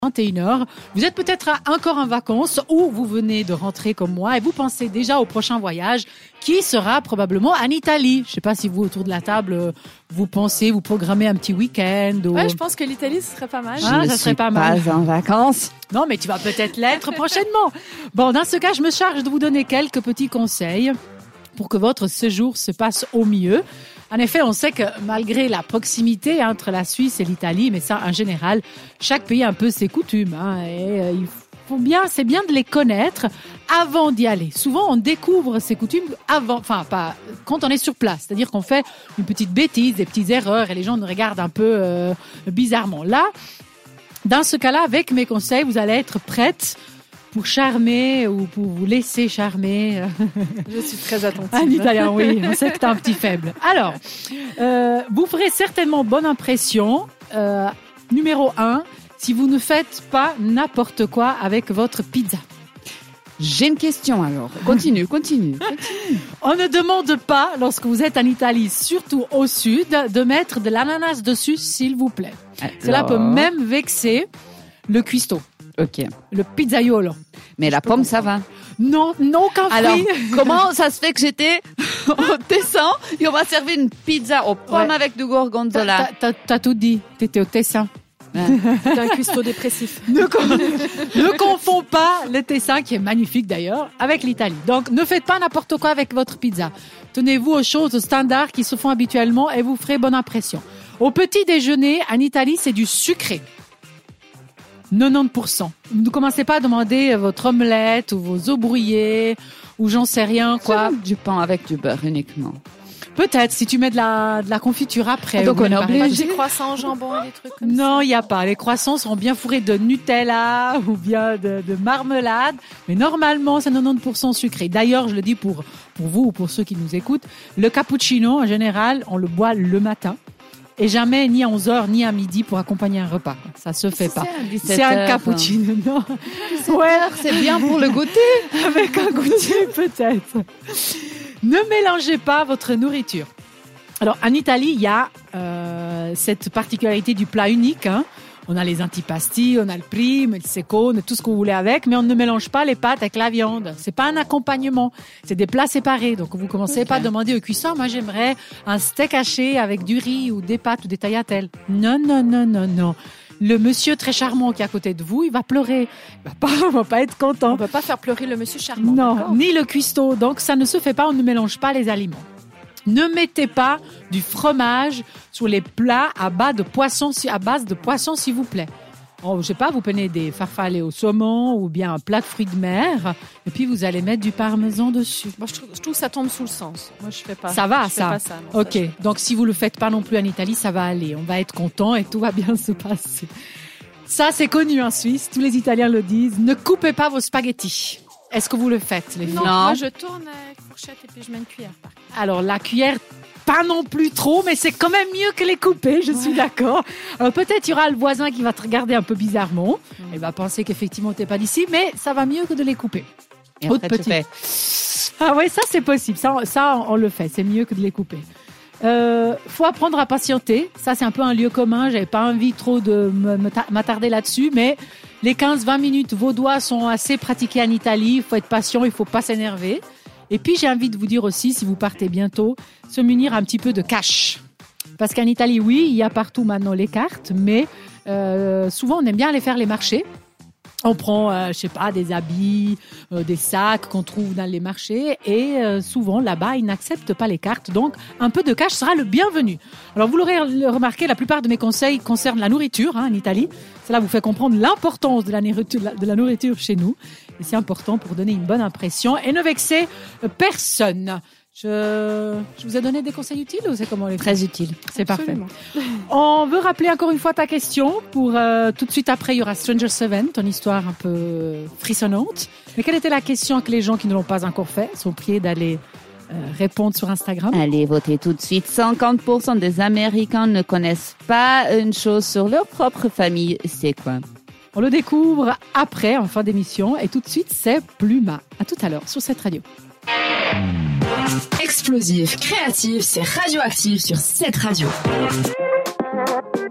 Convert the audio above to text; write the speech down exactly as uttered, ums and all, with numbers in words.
vingt et une heures. Vous êtes peut-être encore en vacances ou vous venez de rentrer comme moi et vous pensez déjà au prochain voyage qui sera probablement en Italie. Je sais pas si vous, autour de la table, vous pensez, vous programmez un petit week-end. Ou... Ouais, je pense que l'Italie, ce serait pas mal. Ah, je ça ne serait suis pas mal. pas en vacances. Non, mais tu vas peut-être l'être prochainement. Bon, dans ce cas, je me charge de vous donner quelques petits conseils pour que votre séjour se passe au mieux. En effet, on sait que malgré la proximité entre la Suisse et l'Italie, mais ça, en général, chaque pays a un peu ses coutumes. Hein, et euh, il faut bien, c'est bien de les connaître avant d'y aller. Souvent, on découvre ces coutumes avant, enfin, pas quand on est sur place. C'est-à-dire qu'on fait une petite bêtise, des petites erreurs, et les gens nous regardent un peu euh, bizarrement. Là, dans ce cas-là, avec mes conseils, vous allez être prête pour charmer ou pour vous laisser charmer. Je suis très attentive. Un italien, oui, on sait que t'es un petit faible. Alors, euh, vous ferez certainement bonne impression. Euh, numéro un, si vous ne faites pas n'importe quoi avec votre pizza. J'ai une question alors. Continue, continue, continue. On ne demande pas, lorsque vous êtes en Italie, surtout au sud, de mettre de l'ananas dessus, s'il vous plaît. Alors... Cela peut même vexer le cuistot. Ok. Le pizzaiolo. Mais la pomme, ça va. Non, non, qu'un fruit. Alors, comment ça se fait que j'étais au Tessin et on m'a servi une pizza aux pommes ouais. avec du gorgonzola? T'as, t'as, t'as tout dit. T'étais au Tessin. Ouais. C'est un cuistot dépressif. Ne, ne confond pas le Tessin, qui est magnifique d'ailleurs, avec l'Italie. Donc, ne faites pas n'importe quoi avec votre pizza. Tenez-vous aux choses standards qui se font habituellement et vous ferez bonne impression. Au petit déjeuner, en Italie, c'est du sucré. quatre-vingt-dix pour cent. Ne commencez pas à demander votre omelette ou vos œufs brouillés ou j'en sais rien quoi. Du pain avec du beurre uniquement. Peut-être si tu mets de la, de la confiture après. Donc on est obligé. Des croissants au jambon et des trucs comme non, ça. Non, il n'y a pas. Les croissants seront bien fourrés de Nutella ou bien de, de marmelade. Mais normalement, c'est quatre-vingt-dix pour cent sucré. D'ailleurs, je le dis pour, pour vous ou pour ceux qui nous écoutent, le cappuccino, en général, on le boit le matin. Et jamais ni à onze heures ni à midi pour accompagner un repas. Ça se fait pas. C'est un cappuccino. Non. Ouais, c'est bien pour le goûter. Avec un goûter peut-être. Ne mélangez pas votre nourriture. Alors en Italie, il y a euh, cette particularité du plat unique. Hein. On a les antipasti, on a le prime, le secco, tout ce que vous voulez avec, mais on ne mélange pas les pâtes avec la viande. C'est pas un accompagnement, c'est des plats séparés. Donc vous commencez okay. pas à demander au cuistot, moi j'aimerais un steak haché avec du riz ou des pâtes ou des tagliatelles. Non, non, non, non, non. Le monsieur très charmant qui est à côté de vous, il va pleurer. Il va pas, il va pas être content. On peut pas faire pleurer le monsieur charmant. Non, d'accord. Ni le cuistot. Donc ça ne se fait pas, on ne mélange pas les aliments. Ne mettez pas du fromage sur les plats à base de poisson, à base de poisson, s'il vous plaît. Oh, je sais pas, vous prenez des farfalets au saumon ou bien un plat de fruits de mer et puis vous allez mettre du parmesan dessus. Moi, je trouve, je trouve que ça tombe sous le sens. Moi, je fais pas. Ça va, je ça. Fais pas ça non, ok. Ça, je... Donc, si vous le faites pas non plus en Italie, ça va aller. On va être content et tout va bien se passer. Ça, c'est connu en Suisse. Tous les Italiens le disent. Ne coupez pas vos spaghettis. Est-ce que vous le faites, les filles? Non, moi, je tourne avec fourchette et puis je mets une cuillère. Alors, la cuillère, pas non plus trop, mais c'est quand même mieux que les couper, je ouais. suis d'accord. Alors, peut-être il y aura le voisin qui va te regarder un peu bizarrement. Mmh. Il va penser qu'effectivement, t'es pas d'ici, mais ça va mieux que de les couper. Et après, tu fais... Ah ouais, ça, c'est possible. Ça, ça, on le fait. C'est mieux que de les couper. Euh, faut apprendre à patienter. Ça, c'est un peu un lieu commun. J'avais pas envie trop de m'attarder là-dessus, mais les quinze vingt minutes vaudois sont assez pratiqués en Italie. Il faut être patient, il faut pas s'énerver. Et puis, j'ai envie de vous dire aussi, si vous partez bientôt, se munir un petit peu de cash. Parce qu'en Italie, oui, il y a partout maintenant les cartes, mais euh, souvent, on aime bien aller faire les marchés. On prend, euh, je sais pas, des habits, euh, des sacs qu'on trouve dans les marchés et euh, souvent là-bas ils n'acceptent pas les cartes, donc un peu de cash sera le bienvenu. Alors vous l'aurez remarqué, la plupart de mes conseils concernent la nourriture hein, en Italie. Cela vous fait comprendre l'importance de la nourriture, de la nourriture chez nous et c'est important pour donner une bonne impression et ne vexer personne. Je, je vous ai donné des conseils utiles ou c'est comment les Très utiles. C'est Absolument. Parfait. On veut rappeler encore une fois ta question. Pour euh, tout de suite après, il y aura Stranger Seven, ton histoire un peu frissonnante. Mais quelle était la question que les gens qui ne l'ont pas encore fait sont priés d'aller euh, répondre sur Instagram? Allez voter tout de suite. cinquante pour cent des Américains ne connaissent pas une chose sur leur propre famille. C'est quoi? On le découvre après, en fin d'émission. Et tout de suite, c'est Pluma. À tout à l'heure sur cette radio. Explosif, créatif, c'est Radioactive sur cette radio.